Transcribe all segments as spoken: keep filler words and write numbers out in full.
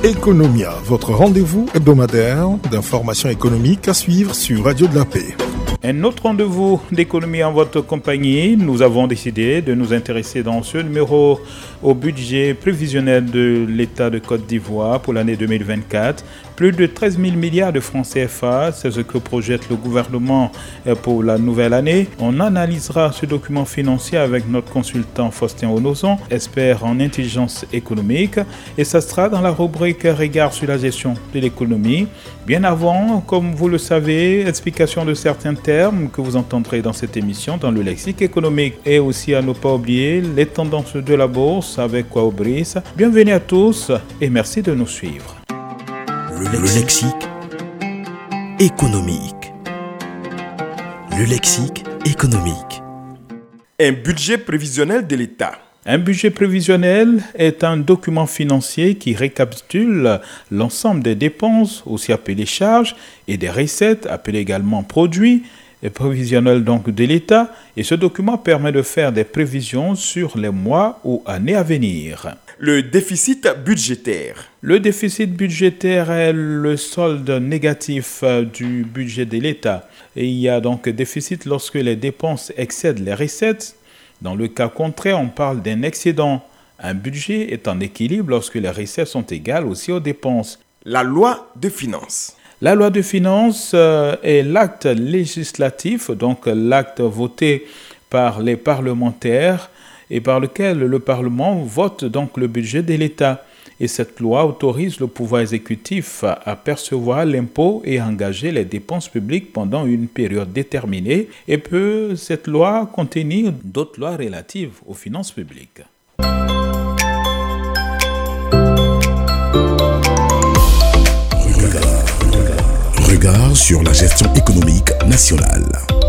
Economia, votre rendez-vous hebdomadaire d'informations économiques à suivre sur Radio de la Paix. Un autre rendez-vous d'économie en votre compagnie. Nous avons décidé de nous intéresser dans ce numéro au budget prévisionnel de l'État de Côte d'Ivoire pour l'année deux mille vingt-quatre. Plus de treize mille milliards de francs C F A, c'est ce que projette le gouvernement pour la nouvelle année. On analysera ce document financier avec notre consultant Faustin Onozon, expert en intelligence économique, et ça sera dans la rubrique Regard sur la gestion de l'économie. Bien avant, comme vous le savez, explication de certains termes que vous entendrez dans cette émission dans le lexique économique, et aussi à ne pas oublier les tendances de la bourse avec Kwao Brice. Bienvenue à tous et merci de nous suivre. Le lexique économique. Le lexique économique. Un budget prévisionnel de l'État. Un budget prévisionnel est un document financier qui récapitule l'ensemble des dépenses, aussi appelées charges, et des recettes, appelées également produits, et prévisionnels donc de l'État. Et ce document permet de faire des prévisions sur les mois ou années à venir. Le déficit budgétaire. Le déficit budgétaire est le solde négatif du budget de l'État. Et il y a donc déficit lorsque les dépenses excèdent les recettes. Dans le cas contraire, on parle d'un excédent. Un budget est en équilibre lorsque les recettes sont égales aussi aux dépenses. La loi de finances. La loi de finances est l'acte législatif, donc l'acte voté par les parlementaires et par lequel le Parlement vote donc le budget de l'État. Et cette loi autorise le pouvoir exécutif à percevoir l'impôt et à engager les dépenses publiques pendant une période déterminée, et peut cette loi contenir d'autres lois relatives aux finances publiques. Regard, regard sur la gestion économique nationale.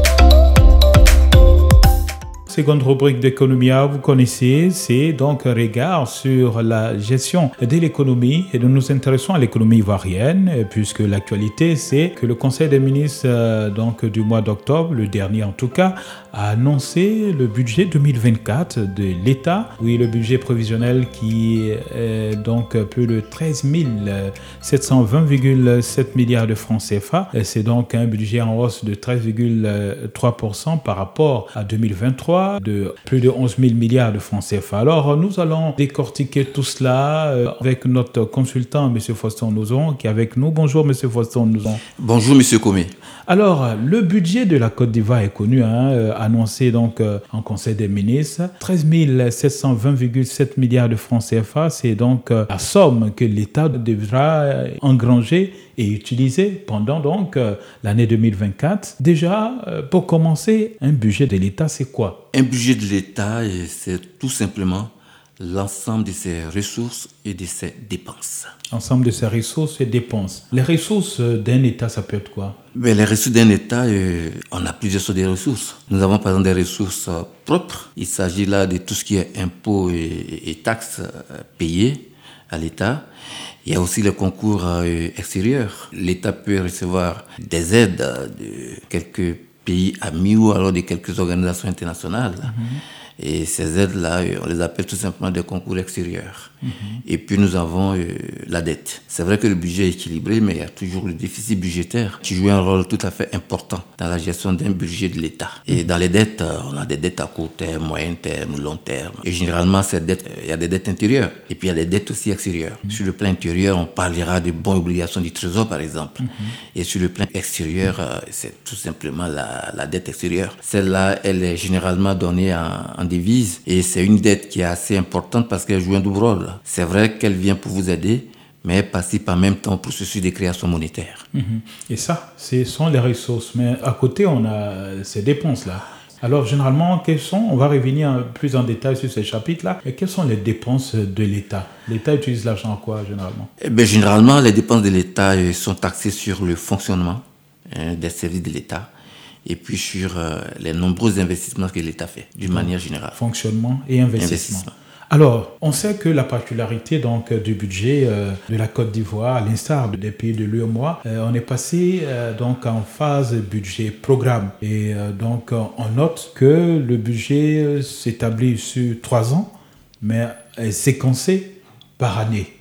Seconde rubrique d'Economia, vous connaissez, c'est donc un regard sur la gestion de l'économie, et nous nous intéressons à l'économie ivoirienne puisque l'actualité c'est que le Conseil des ministres euh, donc du mois d'octobre, le dernier en tout cas, a annoncé le budget deux mille vingt-quatre de l'État. Oui, le budget prévisionnel qui est donc plus de treize mille sept cent vingt virgule sept milliards de francs C F A. C'est donc un budget en hausse de treize virgule trois pour cent par rapport à deux mille vingt-trois. De plus de onze mille milliards de francs C F A. Alors, nous allons décortiquer tout cela avec notre consultant, M. Faustin Onozon, qui est avec nous. Bonjour, M. Faustin Onozon. Bonjour, M. Comé. Alors, le budget de la Côte d'Ivoire est connu, hein, annoncé donc en Conseil des ministres. treize mille sept cent vingt virgule sept milliards de francs C F A, c'est donc la somme que l'État devra engranger et utiliser pendant donc l'année deux mille vingt-quatre. Déjà, pour commencer, un budget de l'État, c'est quoi? Un budget de l'État, c'est tout simplement l'ensemble de ses ressources et de ses dépenses. Ensemble de ses ressources et dépenses. Les ressources d'un État, ça peut être quoi? Mais les ressources d'un État, euh, on a plusieurs sortes de ressources. Nous avons par exemple des ressources euh, propres. Il s'agit là de tout ce qui est impôts et, et taxes euh, payés à l'État. Il y a aussi les concours euh, extérieurs. L'État peut recevoir des aides de quelques pays amis ou alors de quelques organisations internationales. Mm-hmm. Et ces aides-là, on les appelle tout simplement des concours extérieurs. Mm-hmm. Et puis nous avons euh, la dette. C'est vrai que le budget est équilibré, mais il y a toujours le déficit budgétaire qui joue un rôle tout à fait important dans la gestion d'un budget de l'État. Et dans les dettes, on a des dettes à court terme, moyen terme, long terme. Et généralement, ces dettes, il y a des dettes intérieures. Et puis il y a des dettes aussi extérieures. Mm-hmm. Sur le plan intérieur, on parlera de bons obligations du Trésor, par exemple. Mm-hmm. Et sur le plan extérieur, c'est tout simplement la, la dette extérieure. Celle-là, elle est généralement donnée en, en devise, et c'est une dette qui est assez importante parce qu'elle joue un double rôle. C'est vrai qu'elle vient pour vous aider, mais elle participe en même temps au processus de création monétaire. Mmh. Et ça, ce sont les ressources. Mais à côté, on a ces dépenses-là. Alors, généralement, quelles sont, on va revenir plus en détail sur ces chapitres-là, mais quelles sont les dépenses de l'État? L'État utilise l'argent à quoi, généralement? Eh bien, généralement, les dépenses de l'État sont taxées sur le fonctionnement hein, des services de l'État, et puis sur euh, les nombreux investissements que l'État fait, d'une manière générale. Fonctionnement et investissement. investissement. Alors, on sait que la particularité donc, du budget euh, de la Côte d'Ivoire, à l'instar des pays de l'U E M O A, euh, on est passé euh, donc en phase budget-programme. Et euh, donc, on note que le budget s'établit sur trois ans, mais est séquencé par année.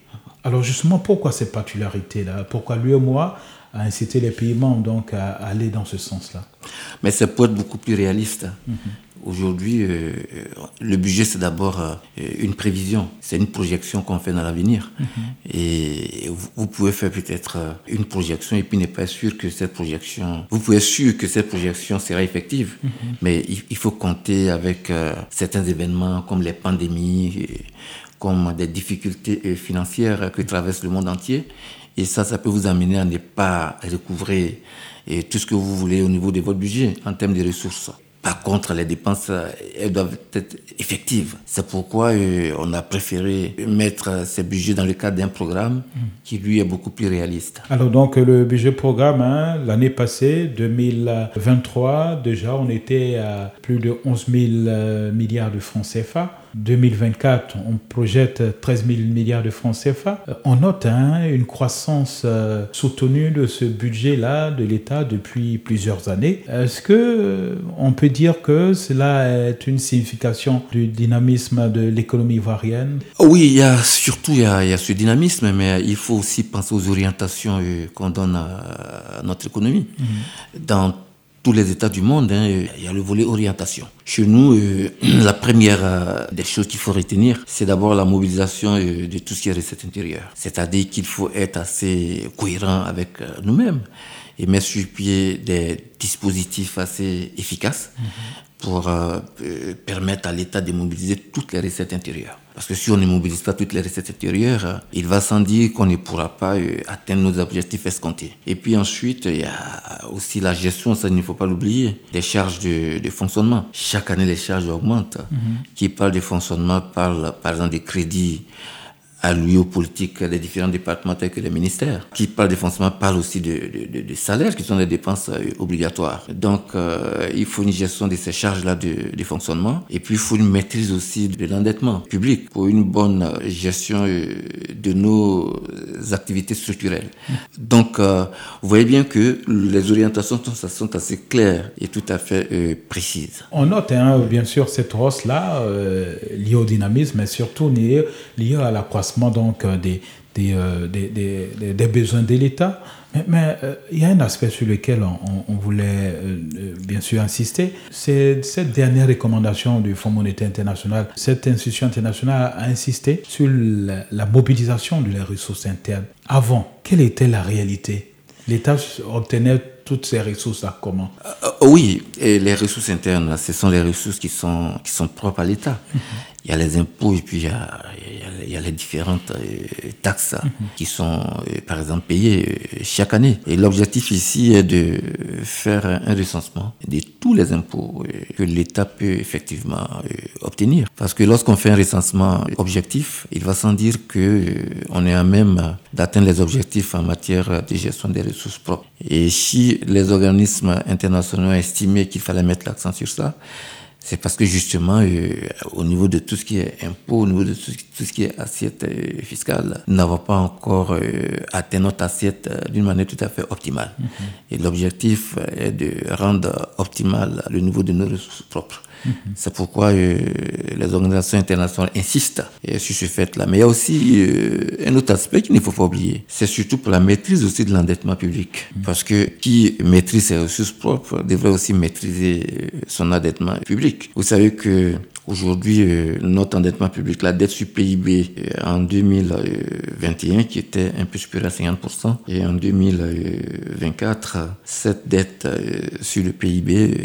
Alors justement, pourquoi cette particularité-là? Pourquoi l'U E M O A a incité les pays membres donc, à aller dans ce sens-là? Mais c'est pour être beaucoup plus réaliste. Mm-hmm. Aujourd'hui, euh, le budget, c'est d'abord euh, une prévision, c'est une projection qu'on fait dans l'avenir. Mm-hmm. Et vous, vous pouvez faire peut-être euh, une projection et puis n'est pas sûr que cette projection, vous pouvez être sûr que cette projection sera effective. Mm-hmm. Mais il, il faut compter avec euh, certains événements comme les pandémies, et, comme des difficultés financières que traverse le monde entier. Et ça, ça peut vous amener à ne pas recouvrer et tout ce que vous voulez au niveau de votre budget en termes de ressources. Par contre, les dépenses, elles doivent être effectives. C'est pourquoi euh, on a préféré mettre ces budgets dans le cadre d'un programme qui, lui, est beaucoup plus réaliste. Alors donc, le budget programme, hein, l'année passée, deux mille vingt-trois, déjà, on était à plus de onze mille milliards de francs C F A. deux mille vingt-quatre, on projette treize mille milliards de francs C F A. On note hein, une croissance euh, soutenue de ce budget-là de l'État depuis plusieurs années. Est-ce que euh, on peut dire que cela est une signification du dynamisme de l'économie ivoirienne? Oui, il y a surtout il y a, il y a ce dynamisme, mais il faut aussi penser aux orientations euh, qu'on donne à, à notre économie. Mmh. Dans tous les États du monde, hein, il y a le volet orientation. Chez nous, euh, la première euh, des choses qu'il faut retenir, c'est d'abord la mobilisation euh, de tout ce qui est recettes intérieures. C'est-à-dire qu'il faut être assez cohérent avec euh, nous-mêmes et mettre sur pied des dispositifs assez efficaces mmh. pour euh, euh, permettre à l'État de mobiliser toutes les recettes intérieures. Parce que si on ne mobilise pas toutes les recettes intérieures, il va sans dire qu'on ne pourra pas euh, atteindre nos objectifs escomptés. Et puis ensuite, il y a aussi la gestion, ça il ne faut pas l'oublier, des charges de, de fonctionnement. Chaque année, les charges augmentent. Mm-hmm. Qui parle de fonctionnement parle par exemple des crédits alloués aux politiques des différents départements tels que les ministères. Qui parle de fonctionnement parle aussi de, de, de, de salaires qui sont des dépenses euh, obligatoires. Donc, euh, il faut une gestion de ces charges-là de, de fonctionnement. Et puis, il faut une maîtrise aussi de l'endettement public pour une bonne gestion euh, de nos activités structurelles. Mmh. Donc, euh, vous voyez bien que les orientations sont assez claires et tout à fait euh, précises. On note, hein, bien sûr, cette hausse-là euh, liée au dynamisme, mais surtout liée, liée à la croissance donc des, des, euh, des, des, des besoins de l'État. Mais, mais euh, il y a un aspect sur lequel on, on voulait euh, bien sûr insister, c'est cette dernière recommandation du Fonds monétaire international. Cette institution internationale a insisté sur la, la mobilisation de les ressources internes. Avant, quelle était la réalité? L'État obtenait toutes ces ressources-là comment? euh, Oui, et les ressources internes, ce sont les ressources qui sont, qui sont propres à l'État. Mm-hmm. Il y a les impôts et puis il y a, il y a, il y a les différentes euh, taxes mm-hmm. qui sont, euh, par exemple, payées euh, chaque année. Et l'objectif ici est de faire un recensement de tous les impôts euh, que l'État peut effectivement euh, obtenir. Parce que lorsqu'on fait un recensement objectif, il va sans dire qu'on euh, est à même d'atteindre les objectifs en matière de gestion des ressources propres. Et si les organismes internationaux ont estimé qu'il fallait mettre l'accent sur ça, c'est parce que justement, euh, au niveau de tout ce qui est impôt, au niveau de tout, tout ce qui est assiette euh, fiscale, nous n'avons pas encore euh, atteint notre assiette euh, d'une manière tout à fait optimale. Mm-hmm. Et l'objectif est de rendre optimal le niveau de nos ressources propres. Mm-hmm. C'est pourquoi euh, les organisations internationales insistent euh, sur ce fait-là. Mais il y a aussi euh, un autre aspect qu'il ne faut pas oublier. C'est surtout pour la maîtrise aussi de l'endettement public. Mm-hmm. Parce que qui maîtrise ses ressources propres devrait aussi maîtriser son endettement public. Vous savez que aujourd'hui, euh, notre endettement public, la dette sur P I B euh, en deux mille vingt et un, qui était un peu supérieure à cinquante pour cent, et en deux mille vingt-quatre, cette dette euh, sur le P I B euh,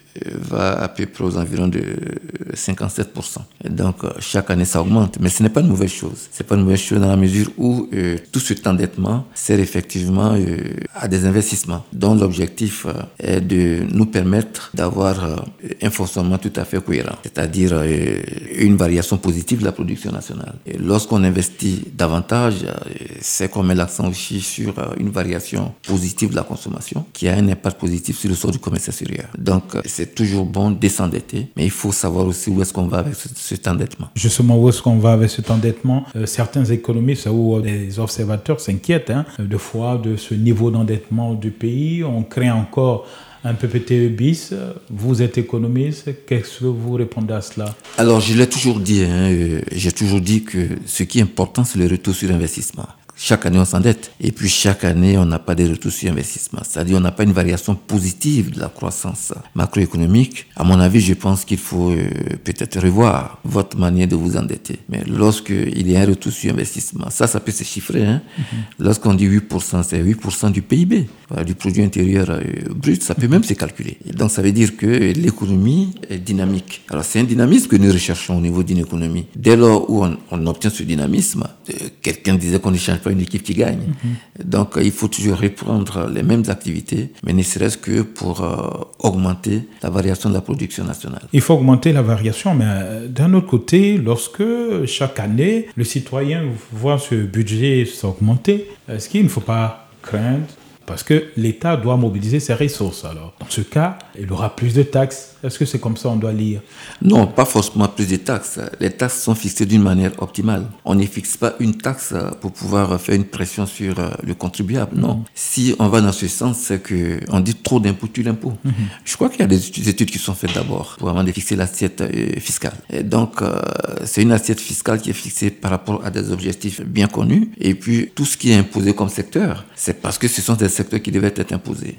va à peu près aux environs de cinquante-sept pour cent. Et donc, chaque année, ça augmente. Mais ce n'est pas une mauvaise chose. Ce n'est pas une mauvaise chose dans la mesure où euh, tout cet endettement sert effectivement euh, à des investissements dont l'objectif euh, est de nous permettre d'avoir euh, un fonctionnement tout à fait cohérent, c'est-à-dire euh, une variation positive de la production nationale. Et lorsqu'on investit davantage, euh, c'est qu'on met l'accent aussi sur euh, une variation positive de la consommation qui a un impact positif sur le sort du commerce extérieur. Donc, euh, c'est C'est toujours bon de s'endetter, mais il faut savoir aussi où est-ce qu'on va avec ce, cet endettement. Justement, où est-ce qu'on va avec cet endettement? euh, Certains économistes ou des observateurs s'inquiètent hein, de fois de ce niveau d'endettement du pays. On craint encore un P P T E bis. Vous êtes économiste, qu'est-ce que vous répondez à cela? Alors, je l'ai toujours dit, hein, euh, j'ai toujours dit que ce qui est important, c'est le retour sur investissement. Chaque année, on s'endette. Et puis, chaque année, on n'a pas de retour sur investissement. C'est-à-dire, on n'a pas une variation positive de la croissance macroéconomique. À mon avis, je pense qu'il faut euh, peut-être revoir votre manière de vous endetter. Mais lorsqu'il y a un retour sur investissement, ça, ça peut se chiffrer. Hein. Mm-hmm. Lorsqu'on dit huit pour cent, c'est huit pour cent du P I B, voilà, du produit intérieur euh, brut. Ça peut même se calculer. Et donc, ça veut dire que l'économie est dynamique. Alors, c'est un dynamisme que nous recherchons au niveau d'une économie. Dès lors où on, on obtient ce dynamisme, euh, quelqu'un disait qu'on ne change pas une équipe qui gagne. Mm-hmm. Donc, il faut toujours reprendre les mêmes activités, mais ne serait-ce que pour euh, augmenter la variation de la production nationale. Il faut augmenter la variation, mais euh, d'un autre côté, lorsque chaque année, le citoyen voit ce budget s'augmenter, est-ce qu'il ne faut pas craindre? Parce que l'État doit mobiliser ses ressources. Alors, dans ce cas, il aura plus de taxes. Est-ce que c'est comme ça on doit lire? Non, pas forcément plus de taxes. Les taxes sont fixées d'une manière optimale. On ne fixe pas une taxe pour pouvoir faire une pression sur le contribuable. Non. Mmh. Si on va dans ce sens, c'est qu'on dit trop d'impôt tue l'impôt. Mmh. Je crois qu'il y a des études qui sont faites d'abord pour avant de fixer l'assiette fiscale. Et donc, euh, c'est une assiette fiscale qui est fixée par rapport à des objectifs bien connus. Et puis, tout ce qui est imposé comme secteur, c'est parce que ce sont des secteurs qui devaient être imposés.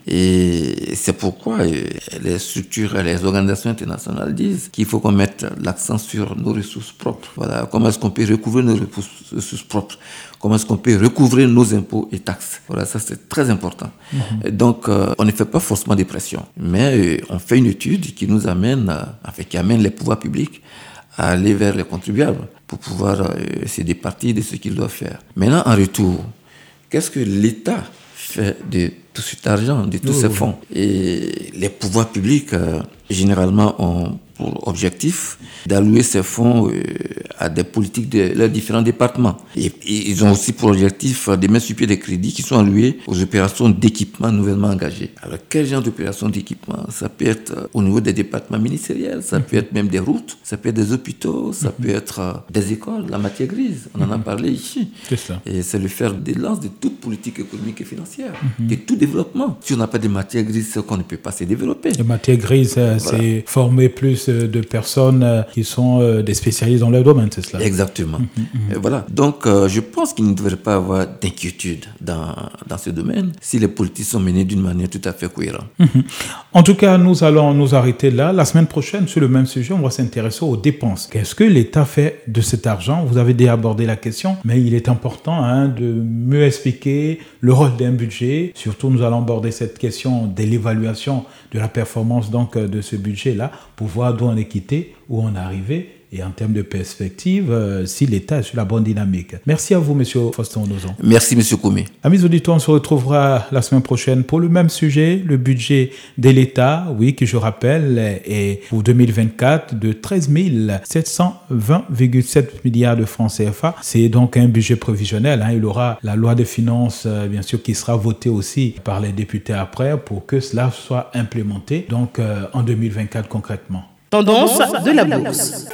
Et c'est pourquoi les structures, les organisations internationales disent qu'il faut qu'on mette l'accent sur nos ressources propres. Voilà, comment est-ce qu'on peut recouvrer nos ressources propres? Comment est-ce qu'on peut recouvrer nos impôts et taxes? Voilà, ça c'est très important. Mm-hmm. Donc, euh, on ne fait pas forcément des pressions, mais euh, on fait une étude qui nous amène, euh, enfin, qui amène les pouvoirs publics à aller vers les contribuables pour pouvoir euh, se départir de ce qu'ils doivent faire. Maintenant, en retour, qu'est-ce que l'État fait de tout cet argent, de tous oui, ces oui. fonds? Et les pouvoirs publics, euh, généralement, ont pour objectif d'allouer ces fonds euh, à des politiques de leurs différents départements. Et, et ils ont aussi pour objectif de mettre sur pied des crédits qui sont alloués aux opérations d'équipement nouvellement engagées. Alors, quel genre d'opérations d'équipement? Ça peut être euh, au niveau des départements ministériels, ça mm-hmm. peut être même des routes, ça peut être des hôpitaux, ça mm-hmm. peut être euh, des écoles, la matière grise. On mm-hmm. en a parlé ici. C'est ça. Et c'est le fer de lance de toute politique économique et financière, mm-hmm. de tout développement. Si on n'a pas de matière grise, c'est qu'on ne peut pas se développer. La matière grise, euh, voilà. c'est former plus de personnes qui sont des spécialistes dans leur domaine, c'est cela? Exactement. Mmh, mmh. Voilà. Donc, euh, je pense qu'il ne devrait pas avoir d'inquiétude dans, dans ce domaine si les politiques sont menées d'une manière tout à fait cohérente. Mmh. En tout cas, nous allons nous arrêter là. La semaine prochaine, sur le même sujet, on va s'intéresser aux dépenses. Qu'est-ce que l'État fait de cet argent? Vous avez déjà abordé la question, mais il est important hein, de mieux expliquer le rôle d'un budget. Surtout, nous allons aborder cette question de l'évaluation de la performance donc, de ce budget-là pour voir d'où on est quitté, où on est arrivé et en termes de perspective, euh, si l'État est sur la bonne dynamique. Merci à vous, M. Faustin Onozon. Merci, M. Koumé. Amis auditeurs, on se retrouvera la semaine prochaine pour le même sujet, le budget de l'État, oui, qui je rappelle est pour deux mille vingt-quatre de treize mille sept cent vingt virgule sept milliards de francs C F A. C'est donc un budget prévisionnel. Hein. Il aura la loi de finances, euh, bien sûr, qui sera votée aussi par les députés après pour que cela soit implémenté, donc euh, en deux mille vingt-quatre concrètement. Tendance de la bourse.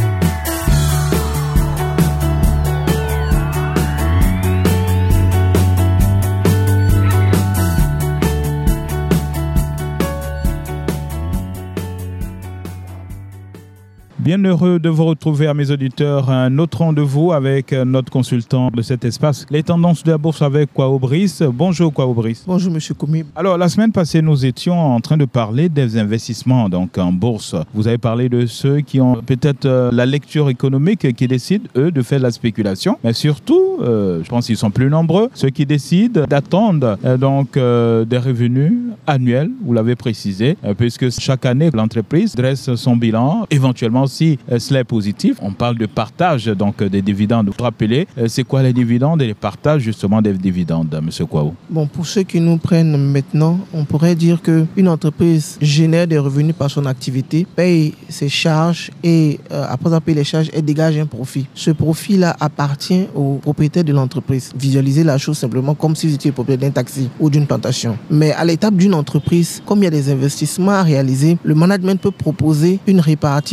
Bien heureux de vous retrouver à mes auditeurs, un autre rendez-vous avec notre consultant de cet espace, les tendances de la bourse avec Kwao Brice. Bonjour Kwao Brice. Bonjour Monsieur Koumi. Alors la semaine passée, nous étions en train de parler des investissements donc en bourse. Vous avez parlé de ceux qui ont peut-être euh, la lecture économique qui décident eux de faire de la spéculation, mais surtout, euh, je pense qu'ils sont plus nombreux, ceux qui décident d'attendre euh, donc euh, des revenus annuels. Vous l'avez précisé, euh, puisque chaque année l'entreprise dresse son bilan, éventuellement si euh, cela est positif, on parle de partage donc des dividendes. Vous vous rappelez, euh, c'est quoi les dividendes et les partages justement des dividendes, M. Kwao? Bon, pour ceux qui nous prennent maintenant, on pourrait dire qu'une entreprise génère des revenus par son activité, paye ses charges et euh, après avoir payé les charges, elle dégage un profit. Ce profit-là appartient au propriétaire de l'entreprise. Visualisez la chose simplement comme si vous étiez propriétaire d'un taxi ou d'une plantation. Mais à l'étape d'une entreprise, comme il y a des investissements à réaliser, le management peut proposer une répartition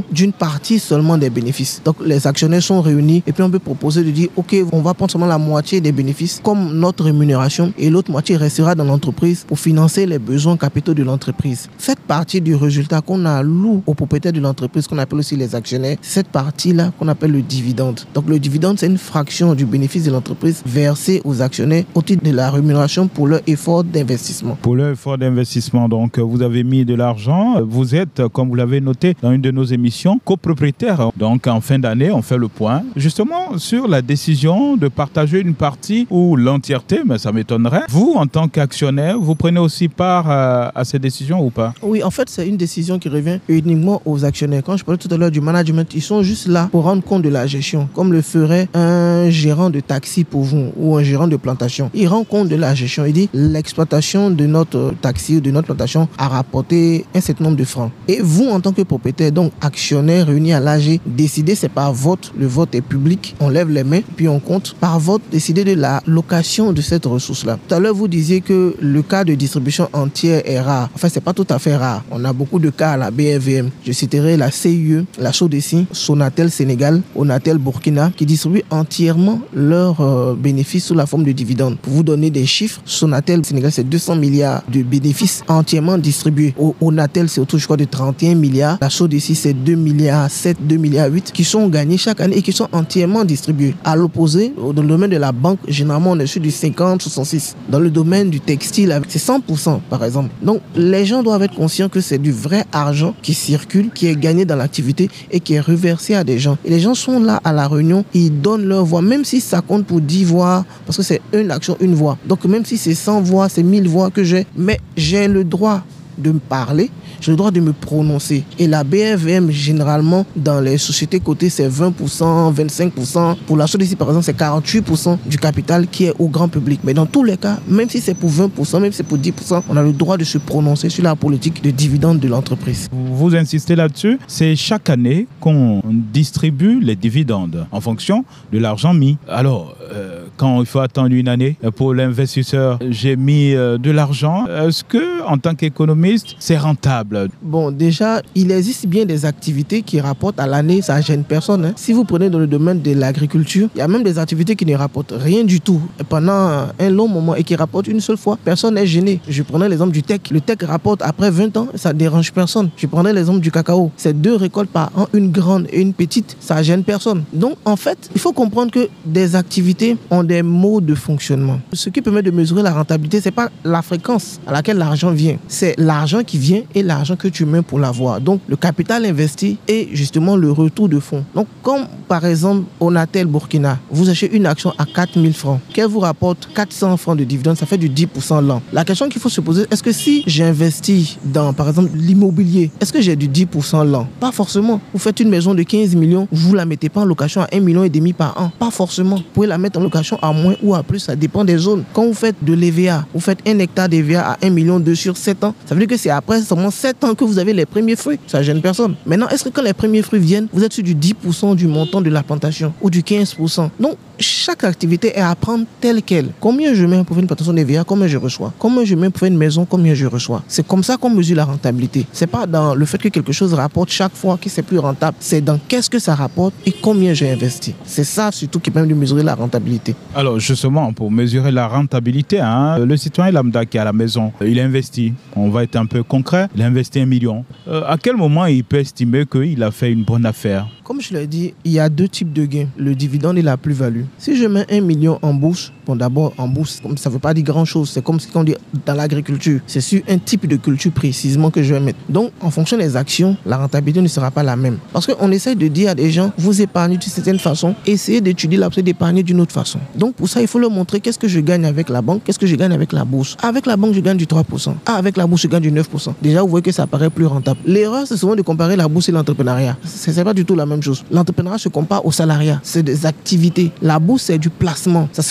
d'une partie seulement des bénéfices. Donc les actionnaires sont réunis et puis on peut proposer de dire ok, on va prendre seulement la moitié des bénéfices comme notre rémunération et l'autre moitié restera dans l'entreprise pour financer les besoins capitaux de l'entreprise. Cette partie du résultat qu'on alloue aux propriétaires de l'entreprise, qu'on appelle aussi les actionnaires, c'est cette partie-là qu'on appelle le dividende. Donc le dividende, c'est une fraction du bénéfice de l'entreprise versée aux actionnaires au titre de la rémunération pour leur effort d'investissement. Pour leur effort d'investissement, donc vous avez mis de l'argent, vous êtes, comme vous l'avez noté dans une de nos émissions, copropriétaire. Donc en fin d'année, on fait le point justement sur la décision de partager une partie ou l'entièreté, mais ça m'étonnerait. Vous, en tant qu'actionnaire, vous prenez aussi part à, à ces décisions ou pas? Oui, en fait, c'est une décision qui revient uniquement aux actionnaires. Quand je parlais tout à l'heure du management, ils sont juste là pour rendre compte de la gestion, comme le ferait un gérant de taxi pour vous ou un gérant de plantation. Il rend compte de la gestion. Il dit l'exploitation de notre taxi ou de notre plantation a rapporté un certain nombre de francs. Et vous, en tant que propriétaire, donc actionnaire réuni à l'A G, décidez, c'est par vote. Le vote est public. On lève les mains, puis on compte. Par vote, décider de la location de cette ressource-là. Tout à l'heure, vous disiez que le cas de distribution entière est rare. Enfin, c'est pas tout à fait rare. On a beaucoup de cas à la B R V M. Je citerai la C I E, la Sodeci, Sonatel Sénégal, Onatel Burkina, qui distribuent entièrement leurs euh, bénéfices sous la forme de dividendes. Pour vous donner des chiffres, Sonatel Sénégal, c'est deux cents milliards de bénéfices entièrement distribués. Au Onatel, c'est autour, je crois, de trente et un milliards. La Sodeci, c'est deux milliards sept, deux milliards huit, qui sont gagnés chaque année et qui sont entièrement distribués. À l'opposé, dans le domaine de la banque, généralement, on est sur du cinquante, soixante-six. Dans le domaine du textile, c'est cent pour cent, par exemple. Donc, les gens doivent être conscients que c'est du vrai argent qui circule, qui est gagné dans l'activité et qui est reversé à des gens. Et les gens sont là à la réunion, ils donnent leur voix, même si ça compte pour dix voix, parce que c'est une action, une voix. Donc, même si c'est cent voix, c'est mille voix que j'ai, mais j'ai le droit de me parler, j'ai le droit de me prononcer. Et la B R V M, généralement, dans les sociétés cotées, c'est vingt pour cent, vingt-cinq pour cent. Pour la Sodeci, par exemple, c'est quarante-huit pour cent du capital qui est au grand public. Mais dans tous les cas, même si c'est pour vingt pour cent, même si c'est pour dix pour cent, on a le droit de se prononcer sur la politique de dividendes de l'entreprise. Vous insistez là-dessus, c'est chaque année qu'on distribue les dividendes en fonction de l'argent mis. Alors, euh, quand il faut attendre une année pour l'investisseur, j'ai mis euh, de l'argent, est-ce que, en tant qu'économiste, c'est rentable? Bon, déjà, il existe bien des activités qui rapportent à l'année, ça ne gêne personne. Hein. Si vous prenez dans le domaine de l'agriculture, il y a même des activités qui ne rapportent rien du tout pendant un long moment et qui rapportent une seule fois. Personne n'est gêné. Je prenais l'exemple du tech. Le tech rapporte après vingt ans, ça ne dérange personne. Je prenais l'exemple du cacao. C'est deux récoltes par an, une grande et une petite, ça ne gêne personne. Donc, en fait, il faut comprendre que des activités ont des modes de fonctionnement. Ce qui permet de mesurer la rentabilité, ce n'est pas la fréquence à laquelle l'argent vient. C'est l'argent qui vient et l'argent que tu mets pour l'avoir. Donc, le capital investi est justement le retour de fonds. Donc, comme par exemple, Onatel Burkina, vous achetez une action à quatre mille francs, qu'elle vous rapporte quatre cents francs de dividendes, ça fait du dix pour cent l'an. La question qu'il faut se poser, est-ce que si j'investis dans, par exemple, l'immobilier, est-ce que j'ai du dix pour cent l'an? Pas forcément. Vous faites une maison de quinze millions, vous ne la mettez pas en location à un million et demi par an. Pas forcément. Vous pouvez la mettre en location à moins ou à plus, ça dépend des zones. Quand vous faites de l'E V A, vous faites un hectare d'E V A à un million deux sur sept ans, ça veut dire que c'est après seulement sept ans que vous avez les premiers fruits. Ça ne gêne personne. Maintenant, est-ce que quand les premiers fruits viennent, vous êtes sur du dix pour cent du montant de la plantation ou du quinze pour cent? Donc, chaque activité est à prendre telle qu'elle. Combien je mets pour faire une plantation d'E V A, combien je reçois? Combien je mets pour faire une maison, combien je reçois? C'est comme ça qu'on mesure la rentabilité. C'est pas dans le fait que quelque chose rapporte chaque fois que c'est plus rentable. C'est dans qu'est-ce que ça rapporte et combien j'ai investi. C'est ça surtout qui permet de mesurer la rentabilité. Alors justement, pour mesurer la rentabilité, hein, le citoyen lambda qui est à la maison, il investit. On va être un peu concret. Il investit un million. Euh, à quel moment il peut estimer qu'il a fait une bonne affaire? Comme je l'ai dit, il y a deux types de gains, le dividende et la plus-value. Si je mets un million en bourse, bon d'abord en bourse, ça ne veut pas dire grand-chose, c'est comme ce qu'on dit dans l'agriculture. C'est sur un type de culture précisément que je vais mettre. Donc, en fonction des actions, la rentabilité ne sera pas la même. Parce qu'on essaie de dire à des gens, vous épargnez d'une certaine façon, essayez d'étudier la possibilité d'épargner d'une autre façon. Donc, pour ça, il faut leur montrer qu'est-ce que je gagne avec la banque, qu'est-ce que je gagne avec la bourse. Avec la banque, je gagne du trois pour cent. Ah, avec la bourse, je gagne du neuf pour cent. Déjà, vous voyez que ça paraît plus rentable. L'erreur, c'est souvent de comparer la bourse et l'entrepreneuriat. Ce n'est pas du tout la même chose. L'entrepreneuriat se compare au salariat. C'est des activités. La bourse, c'est du placement. Ça se compare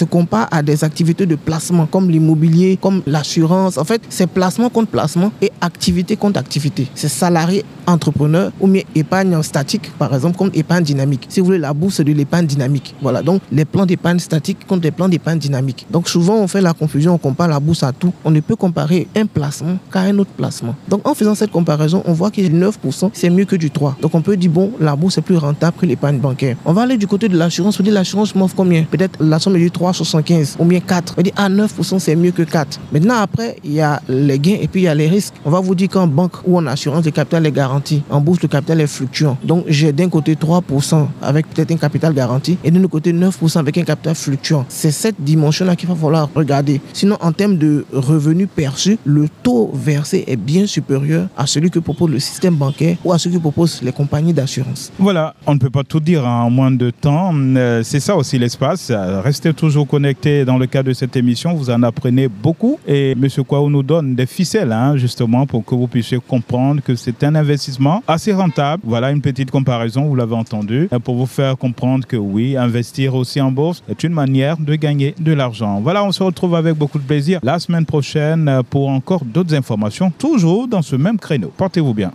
pas à des activités de placement comme l'immobilier, comme l'assurance. En fait, c'est placement contre placement et activité contre activité. C'est salarié entrepreneur ou bien épargne statique, par exemple, contre épargne dynamique. Si vous voulez, la bourse, c'est de l'épargne dynamique. Voilà, donc les plans d'épargne statique contre les plans d'épargne dynamique. Donc souvent, on fait la confusion, on compare la bourse à tout. On ne peut comparer un placement qu'à un autre placement. Donc en faisant cette comparaison, on voit que neuf pour cent, c'est mieux que du trois. Donc on peut dire, bon, la bourse est plus rentable que l'épargne bancaire. On va aller du côté de l'assurance. On dit, l'assurance m'offre combien? Peut-être la somme est du trois virgule soixante-quinze ou bien quatre. On dit, ah, neuf pour cent, c'est mieux que quatre. Maintenant, après, il y a les gains et puis il y a les risques. On va vous dire qu'en banque ou en assurance, le capital est garanti. En bourse, le capital est fluctuant. Donc j'ai d'un côté trois pour cent avec peut-être un capital garanti et de l'autre côté neuf pour cent avec un capital fluctuant. C'est cette dimension-là qu'il va falloir regarder. Sinon, en termes de revenus perçus, le taux versé est bien supérieur à celui que propose le système bancaire ou à celui que proposent les compagnies d'assurance. Voilà, on ne peut pas tout dire en moins de temps. Euh, c'est ça aussi l'espace. Restez toujours connectés dans le cadre de cette émission. Vous en apprenez beaucoup. Et M. Kouaou nous donne des ficelles, hein, justement, pour que vous puissiez comprendre que c'est un investissement assez rentable. Voilà une petite comparaison, vous l'avez entendu, pour vous faire comprendre que oui, investir aussi en bourse est une manière de gagner de l'argent. Voilà, on se retrouve avec beaucoup de plaisir la semaine prochaine pour encore d'autres informations, toujours dans ce même créneau. Portez-vous bien.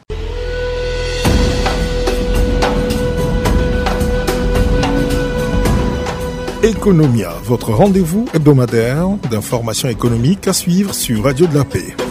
Economia, votre rendez-vous hebdomadaire d'informations économiques à suivre sur Radio de la Paix.